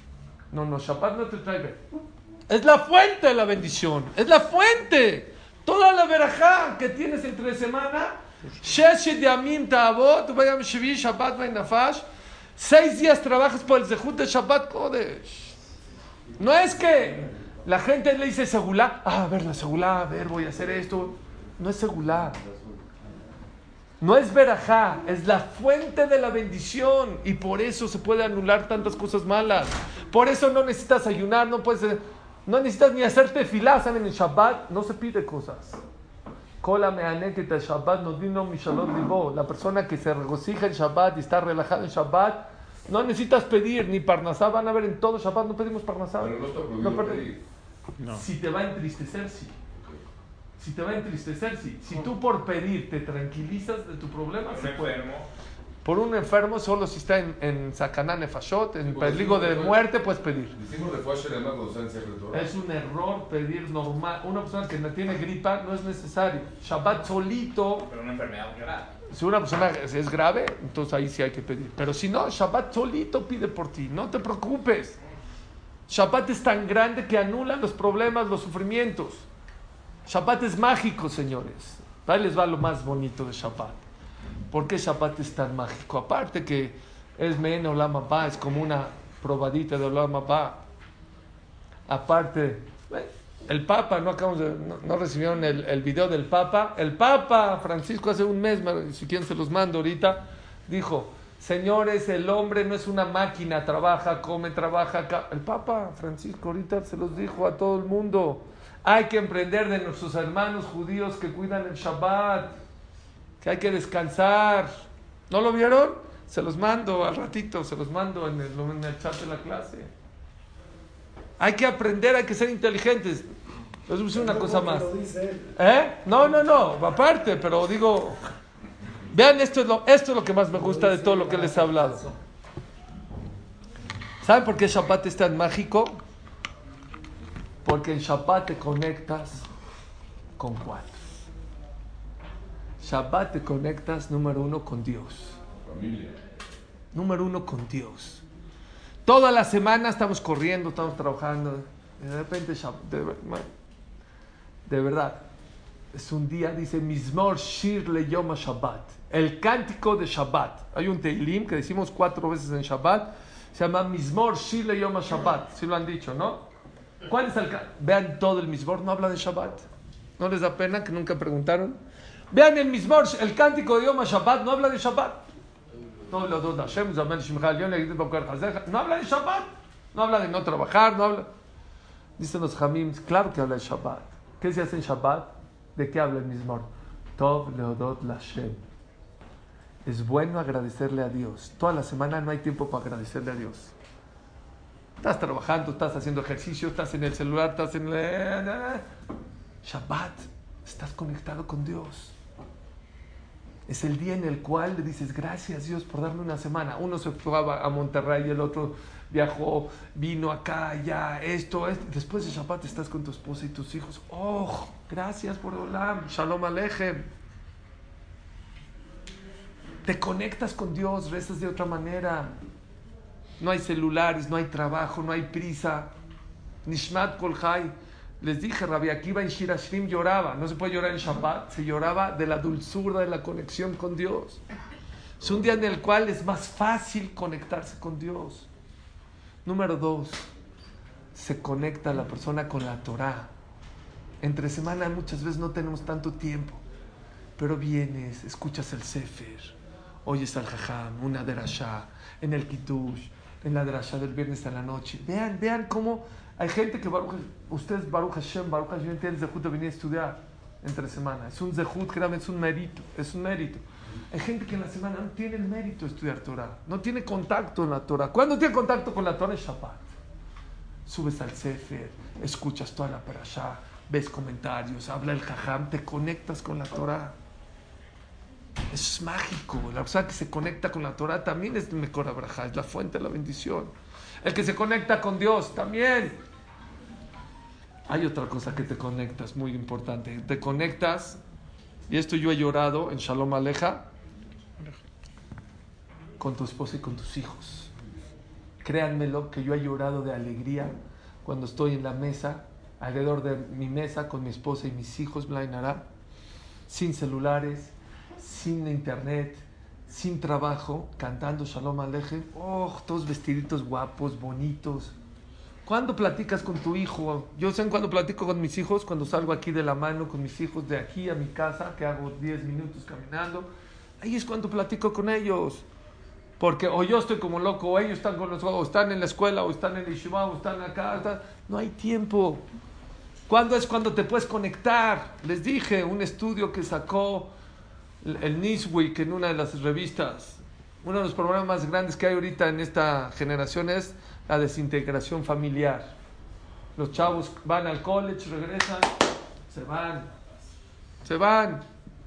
No, Shabbat no te trae. Es la fuente de la bendición. Es la fuente. Toda la verajá que tienes entre semana. 6 días trabajas por el zehut de Shabbat Kodesh. No es que la gente le dice segulá. A ver, la segulá, a ver, voy a hacer esto. No es segulá. No es verajá, es la fuente de la bendición. Y por eso se puede anular tantas cosas malas. Por eso no necesitas ayunar, no necesitas ni hacer tefilá. ¿Saben? En Shabbat no se pide cosas. La persona que se regocija en Shabbat y está relajada en Shabbat, no necesitas pedir ni parnasá. Van a ver en todo Shabbat no pedimos parnasá. Pero no está prohibido pedir. No. Si te va a entristecer, sí. Si te va a entristecer, sí. Si tú por pedir te tranquilizas de tu problema, se puede. Por un enfermo, solo si está en Sakaná Nefashot, en peligro de muerte, puedes pedir. Es un error pedir normal. Una persona que no tiene gripa no es necesario. Shabbat solito. Pero una enfermedad muy grave. Si una persona es grave, entonces ahí sí hay que pedir. Pero si no, Shabbat solito pide por ti. No te preocupes. Shabbat es tan grande que anula los problemas, los sufrimientos. Shabbat es mágico, señores. Ahí les va lo más bonito de Shabbat. ¿Por qué Shabbat es tan mágico? Aparte que es Men Olam Haba, es como una probadita de Olam Haba. Aparte, el Papa, no recibieron el video del Papa. El Papa Francisco hace un mes, si quieren se los mando ahorita, dijo: señores, el hombre no es una máquina, trabaja, come, trabaja. El Papa Francisco ahorita se los dijo a todo el mundo. Hay que aprender de nuestros hermanos judíos que cuidan el Shabbat, que hay que descansar. ¿No lo vieron? Se los mando al ratito, se los mando en el chat de la clase. Hay que aprender, hay que ser inteligentes. Les voy a decir una cosa más. No, aparte, pero digo, vean, esto es lo que más me gusta de todo lo que les he hablado. ¿Saben por qué Shabbat es tan mágico? Porque en Shabbat te conectas con 4. Shabbat te conectas, número 1, con Dios. Familia. Número 1, con Dios. Toda la semana estamos corriendo, estamos trabajando. Y de repente, de verdad, es un día, dice Mizmor Shir LeYom HaShabbat. El cántico de Shabbat. Hay un Teilim que decimos 4 veces en Shabbat. Se llama Mizmor Shir LeYom HaShabbat. Sí lo han dicho, ¿no? ¿Cuál es el cántico? Vean todo el Mizmor, no habla de Shabbat. ¿No les da pena que nunca preguntaron? Vean el Mizmor, el cántico de Yom HaShabbat, no habla de Shabbat. No habla de Shabbat. No habla de no trabajar, no habla. Dicen los Jamim, claro que habla de Shabbat. ¿Qué se hace en Shabbat? ¿De qué habla el Mizmor? Tov leodot Lashem. Es bueno agradecerle a Dios. Toda la semana no hay tiempo para agradecerle a Dios. Estás trabajando, estás haciendo ejercicio, estás en el celular, estás en Shabbat, estás conectado con Dios. Es el día en el cual le dices: gracias Dios por darme una semana. Uno se fue a Monterrey, el otro viajó, vino acá, allá, esto. Después de Shabbat estás con tu esposa y tus hijos. Oh, gracias por Olam, Shalom Aleichem. Te conectas con Dios, rezas de otra manera. No hay celulares, no hay trabajo, no hay prisa. Nishmat Kol Chai. Les dije, Rabbi Akiva en Shir Hashrim lloraba. No se puede llorar en Shabbat, se lloraba de la dulzura de la conexión con Dios. Es un día en el cual es más fácil conectarse con Dios. Número 2, se conecta la persona con la Torah. Entre semana muchas veces no tenemos tanto tiempo, pero vienes, escuchas el Sefer, oyes al Jajam, una derashá, en el Kiddush, en la derashá del viernes a la noche. Vean cómo hay gente que, ustedes Baruch Hashem, tienen el zehut de venir a estudiar entre semana. Es un zehut, créanme, es un mérito. Hay gente que en la semana no tiene el mérito de estudiar Torah, no tiene contacto en la Torah. ¿Cuándo tiene contacto con la Torah? Es Shabbat. Subes al Sefer, escuchas toda la parashá, ves comentarios, habla el Jajam, te conectas con la Torah. Eso es mágico. La persona que se conecta con la Torah también es el mejor abrajá, es la fuente de la bendición. El que se conecta con Dios también. Hay otra cosa que te conectas, muy importante. Te conectas, y esto yo he llorado en Shalom Aleja, con tu esposa y con tus hijos. Créanmelo que yo he llorado de alegría cuando estoy en la mesa, alrededor de mi mesa, con mi esposa y mis hijos, Blainara, sin celulares, sin internet, sin trabajo, cantando Shalom Aleichem. Oh, todos vestiditos guapos, bonitos. ¿Cuándo platicas con tu hijo? Yo sé cuando platico con mis hijos, cuando salgo aquí de la mano con mis hijos de aquí a mi casa, que hago 10 minutos caminando. Ahí es cuando platico con ellos. Porque o yo estoy como loco, o ellos están con nosotros, o están en la escuela, o están en el yeshiva, o están acá. No hay tiempo. ¿Cuándo es cuando te puedes conectar? Les dije, un estudio que sacó el Newsweek en una de las revistas. Uno de los problemas más grandes que hay ahorita en esta generación es la desintegración familiar. Los chavos van al college, regresan, se van.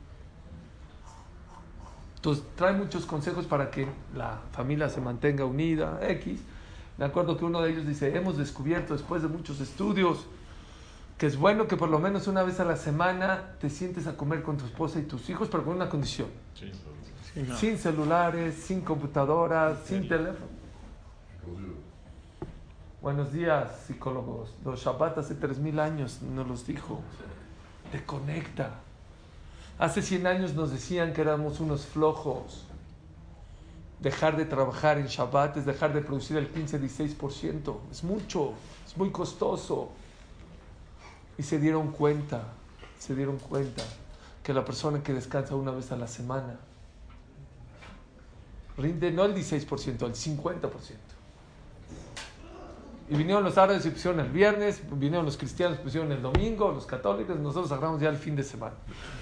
Entonces trae muchos consejos para que la familia se mantenga unida. Me acuerdo que uno de ellos dice, hemos descubierto después de muchos estudios que es bueno que por lo menos una vez a la semana te sientes a comer con tu esposa y tus hijos, pero con una condición. Sí, no. Sin celulares, sin computadoras, sin teléfono. Buenos días, psicólogos. Los Shabbat hace 3000 años nos los dijo. Te conecta. Hace 100 años nos decían que éramos unos flojos. Dejar de trabajar en Shabbat es dejar de producir el 15-16%. Es mucho, es muy costoso. Y se dieron cuenta que la persona que descansa una vez a la semana rinde no el 16%, el 50%. Y vinieron los árabes y pusieron el viernes, vinieron los cristianos y pusieron el domingo, los católicos, nosotros agarramos ya el fin de semana.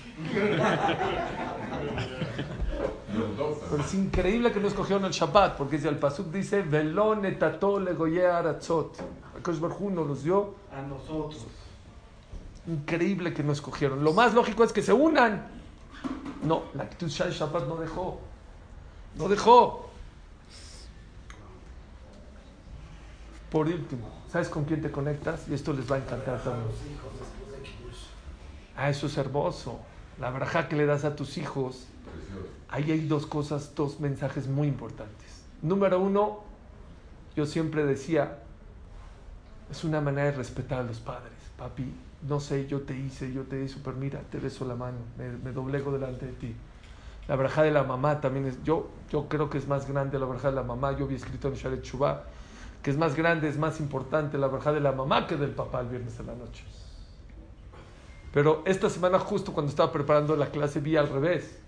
Pero es increíble que no escogieron el Shabbat, porque el pasuk dice Velon etato legoye aratzot. Akadosh Baruj Hu nos los dio a nosotros. Increíble que no escogieron. Lo más lógico es que se unan. No, la Kedushá del Shabbat no dejó. Por último, ¿sabes con quién te conectas? Y esto les va a encantar también. Eso es hermoso. La verajá que le das a tus hijos. Ahí hay dos mensajes muy importantes. Número uno, yo siempre decía, es una manera de respetar a los padres. Papi, no sé, yo te hice, pero mira, te beso la mano, me doblego delante de ti. La verajá de la mamá también es, yo creo que es más grande la verajá de la mamá. Yo había escrito en Sharet Shuvah que es más grande, es más importante la verajá de la mamá que del papá el viernes en la noche. Pero esta semana, justo cuando estaba preparando la clase, vi al revés.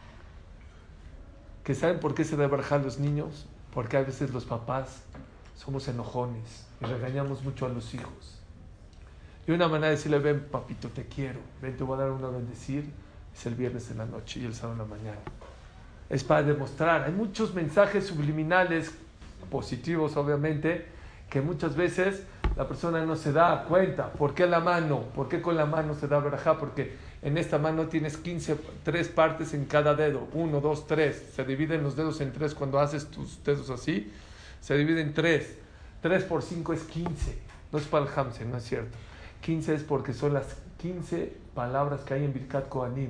¿Que saben por qué se da verajá a los niños? Porque a veces los papás somos enojones y regañamos mucho a los hijos. Y una manera de decirle, ven papito, te quiero, ven, te voy a dar una bendecir, es el viernes en la noche y el sábado en la mañana. Es para demostrar, hay muchos mensajes subliminales, positivos3 que muchas veces la persona no se da cuenta. ¿Por qué la mano? ¿Por qué con la mano se da verajá? Porque en esta mano tienes 3 partes en cada dedo. 1, 2, 3. Se dividen los dedos en 3 cuando haces tus dedos así. Se divide en 3. 3 por 5 es 15. No es para el Hamse, no es cierto. 15 es porque son las 15 palabras que hay en Birkat Kohanim.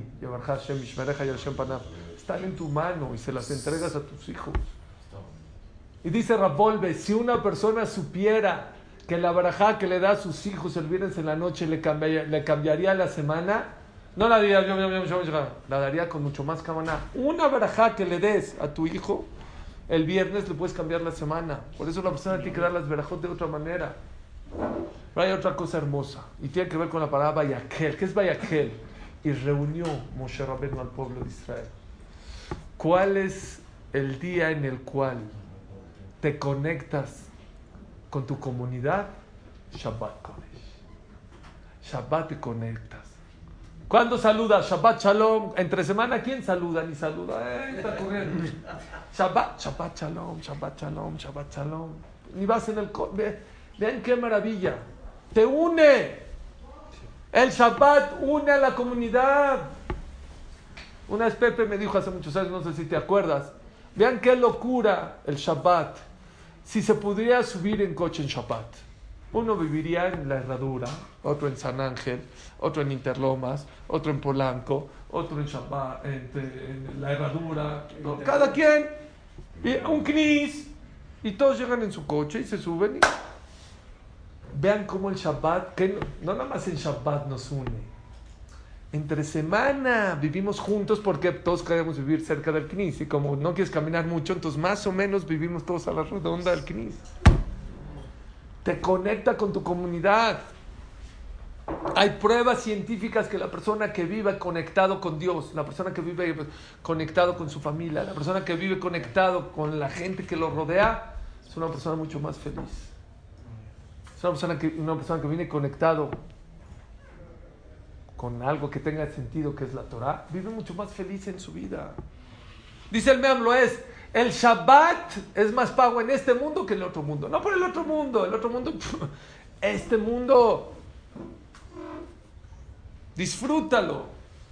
Están en tu mano y se las entregas a tus hijos. Y dice Rabolve, si una persona supiera que la barajá que le da a sus hijos el viernes en la noche le cambiaría la semana, no la daría la daría con mucho más kavaná. Una barajá que le des a tu hijo el viernes le puedes cambiar la semana. Por eso la persona tiene que dar las barajot de otra manera. Pero hay otra cosa hermosa y tiene que ver con la palabra Vayakhel. ¿Qué es Vayakhel? Y reunió Moshe Rabbeinu al pueblo de Israel. ¿Cuál es el día en el cual te conectas con tu comunidad? Shabbat Kodesh. Shabbat te conectas. ¿Cuándo saludas? Shabbat Shalom. Entre semana, ¿quién saluda? Ni saluda. Está corriendo. Shabbat Shalom, Shabbat Shalom, Shabbat Shalom. Ni vas en el... Vean qué maravilla. Te une. El Shabbat une a la comunidad. Una vez Pepe me dijo hace muchos años, no sé si te acuerdas, vean qué locura el Shabbat. Si se pudiera subir en coche en Shabbat, uno viviría en La Herradura, otro en San Ángel, otro en Interlomas, otro en Polanco, otro en Shabbat, en La Herradura, ¿no? Cada quien, un knis. Y todos llegan en su coche y se suben y vean cómo el Shabbat, que no nada más el Shabbat nos une. Entre semana vivimos juntos porque todos queremos vivir cerca del Knis. Y como no quieres caminar mucho, entonces más o menos vivimos todos a la redonda del Knis. Te conecta con tu comunidad. Hay pruebas científicas que la persona que vive conectado con Dios, la persona que vive conectado con su familia, la persona que vive conectado con la gente que lo rodea, es una persona mucho más feliz. Es una persona que viene conectado con algo que tenga sentido, que es la Torah, vive mucho más feliz en su vida. Dice el Meam Loez, el Shabbat es más pago en este mundo que en el otro mundo. No por el otro mundo, este mundo, disfrútalo.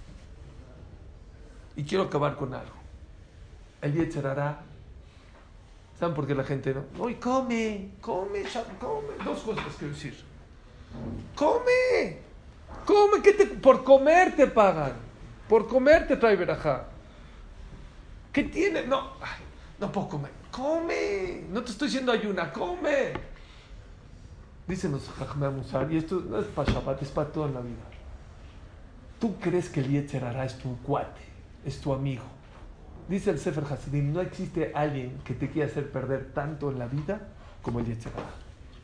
Y quiero acabar con algo. El Yetzer Hara, ¿saben por qué la gente no? ¡Uy, come! Dos cosas quiero decir. ¡Come! Por comer te pagan. Por comer te trae verajá. ¿Qué tiene? No puedo comer. Come. No te estoy diciendo ayuna. Come. Dicen los Jajmei Musar, y esto no es para Shabbat, es para toda la vida. ¿Tú crees que el Yetzer Hara es tu cuate? Es tu amigo. Dice el Sefer Hasidim, no existe alguien que te quiera hacer perder tanto en la vida como el Yetzer Hara.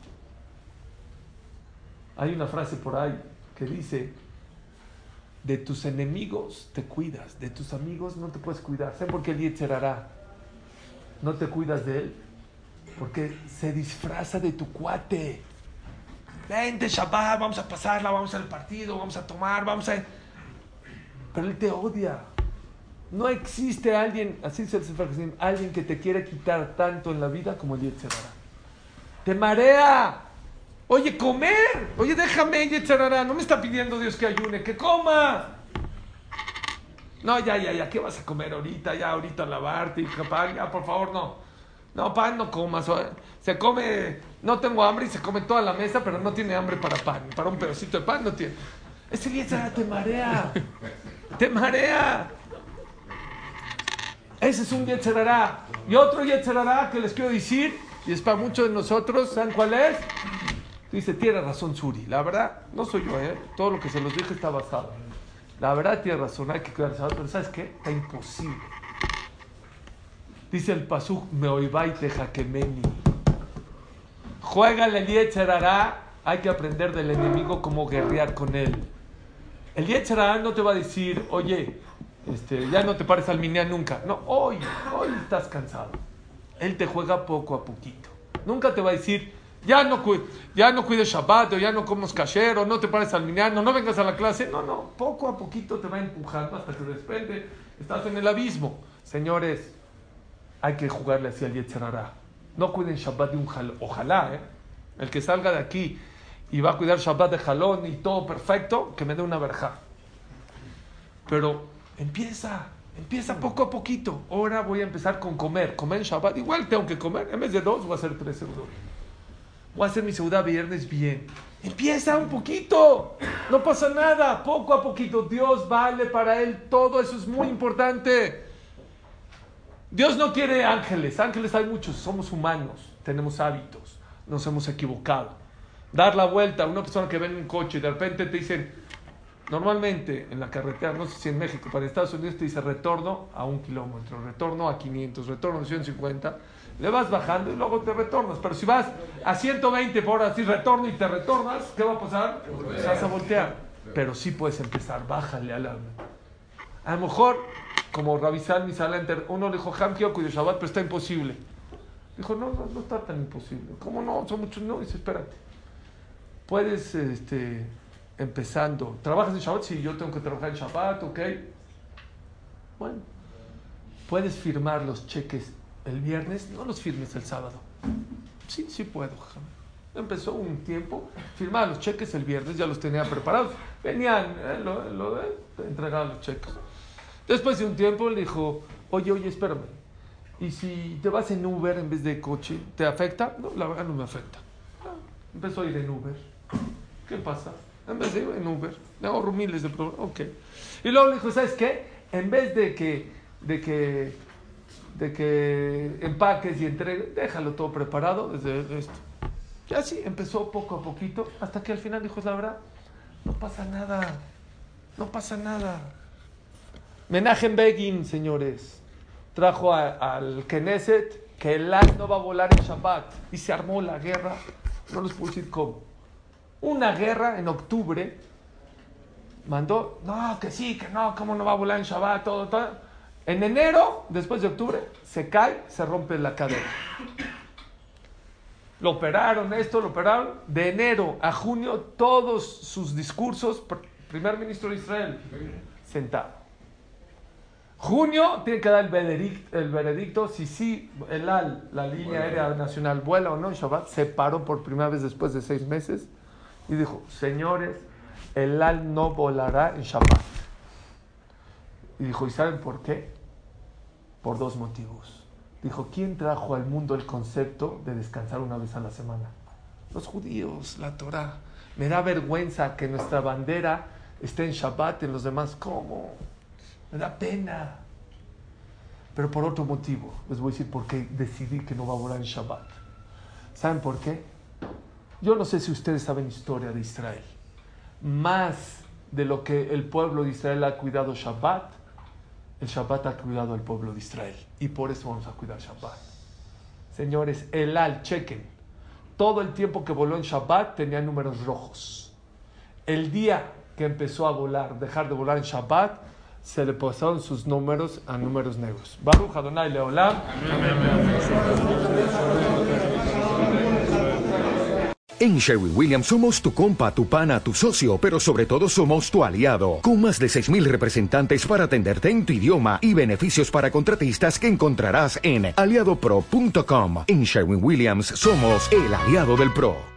Hay una frase por ahí que dice, de tus enemigos te cuidas, de tus amigos no te puedes cuidar. ¿Saben por qué el Yetzer Hara no te cuidas de él? Porque se disfraza de tu cuate. Vente Shabbat, vamos a pasarla, vamos al partido, vamos a tomar, pero él te odia. No existe alguien, así dice el Sefer Hasidim, alguien que te quiera quitar tanto en la vida como el Yetzer Hara. Te marea. Oye, comer. Oye, déjame, Yetzer Hara. No me está pidiendo Dios que ayune, que coma. No, ya. ¿Qué vas a comer ahorita? Ya, ahorita lavarte y pan. Ya, por favor, no. No, pan no comas. Se come, no tengo hambre y se come toda la mesa, pero no tiene hambre para pan. Para un pedacito de pan no tiene. Ese Yetzer Hara te marea. Te marea. Ese es un Yetzer Hara. Y otro Yetzer Hara que les quiero decir, y es para muchos de nosotros, ¿saben cuál es? Dice, tiene razón Suri. La verdad, no soy yo, todo lo que se los dije está basado. La verdad tiene razón, hay que cuidarse. Pero ¿sabes qué? Está imposible. Dice el Pasuk, Meoivai Tejakemeni. Juégale el Yetzer Hara, hay que aprender del enemigo cómo guerrear con él. El Yetzer Hara no te va a decir, oye, ya no te pares al minyan nunca. No, hoy estás cansado. Él te juega poco a poquito. Nunca te va a decir, ya no cuides Shabbat, o ya no comas kasher, o no te pares al minyan, no vengas a la clase. No, poco a poquito te va empujando hasta que de repente estás en el abismo. Señores, hay que jugarle así al Yetzer Hara. No cuiden Shabbat de un jalón. Ojalá, el que salga de aquí y va a cuidar Shabbat de jalón y todo perfecto, que me dé una verja. Pero empieza poco a poquito. Ahora voy a empezar con comer en Shabbat. Igual tengo que comer, en vez de 2 voy a hacer 3 segundos. Voy a hacer mi seudá viernes bien. Empieza un poquito. No pasa nada. Poco a poquito. Dios vale para él todo. Eso es muy importante. Dios no quiere ángeles. Ángeles hay muchos. Somos humanos. Tenemos hábitos. Nos hemos equivocado. Dar la vuelta. Una persona que ve en un coche y de repente te dicen, normalmente en la carretera, no sé si en México, pero en Estados Unidos te dice retorno a 1 kilómetro, retorno a 500, retorno a 150. Le vas bajando y luego te retornas. Pero si vas a 120 por hora, así retorno y te retornas, ¿qué va a pasar? Te vas a voltear. Pero sí puedes empezar, bájale al alma. A lo mejor, como Rabbi Salmi Salenter, uno le dijo, Ham, quiero cuidar Shabbat, pero está imposible. Dijo, no está tan imposible. ¿Cómo no? Son muchos. No, dice, espérate. Puedes, empezando. ¿Trabajas en Shabbat? Sí, yo tengo que trabajar en Shabbat, ok. Bueno, puedes firmar los cheques el viernes, no los firmes el sábado. Sí puedo. Empezó un tiempo, firmaba los cheques el viernes, ya los tenía preparados. Venían, entregaba los cheques. Después de un tiempo le dijo, oye, espérame. ¿Y si te vas en Uber en vez de coche, te afecta? No, la verdad no me afecta. Empezó a ir en Uber. ¿Qué pasa? En vez de ir en Uber, le ahorro miles de problemas. Ok. Y luego le dijo, ¿sabes qué? En vez de que de que empaques y entregues, déjalo todo preparado desde esto. Y así empezó poco a poquito, hasta que al final dijo, la verdad, no pasa nada, no pasa nada. Menachem Begin, señores, trajo al Knesset que el Al no va a volar en Shabbat, y se armó la guerra, no les puedo decir cómo. Una guerra en octubre, mandó, no, que sí, que no, cómo no va a volar en Shabbat, todo. En enero, después de octubre, se cae, se rompe la cadera. Lo operaron, lo operaron. De enero a junio, todos sus discursos, primer ministro de Israel, sentado. Junio, tiene que dar el veredicto, si la línea aérea nacional vuela o no en Shabbat. Se paró por primera vez después de 6 meses y dijo, señores, el Al no volará en Shabbat. Y dijo, ¿y saben por qué? Por 2 motivos. Dijo, ¿quién trajo al mundo el concepto de descansar una vez a la semana? Los judíos, la Torah. Me da vergüenza que nuestra bandera esté en Shabbat, en los demás, ¿cómo? Me da pena. Pero por otro motivo, les voy a decir por qué decidí que no va a volar en Shabbat. ¿Saben por qué? Yo no sé si ustedes saben historia de Israel. Más de lo que el pueblo de Israel ha cuidado Shabbat, el Shabbat ha cuidado al pueblo de Israel. Y por eso vamos a cuidar Shabbat. Señores, el Al, chequen. Todo el tiempo que voló en Shabbat tenía números rojos. El día que empezó a volar, dejar de volar en Shabbat, se le pasaron sus números a números negros. Baruch Adonai Leolam. En Sherwin-Williams somos tu compa, tu pana, tu socio, pero sobre todo somos tu aliado. Con más de 6,000 representantes para atenderte en tu idioma y beneficios para contratistas que encontrarás en aliadopro.com. En Sherwin-Williams somos el aliado del pro.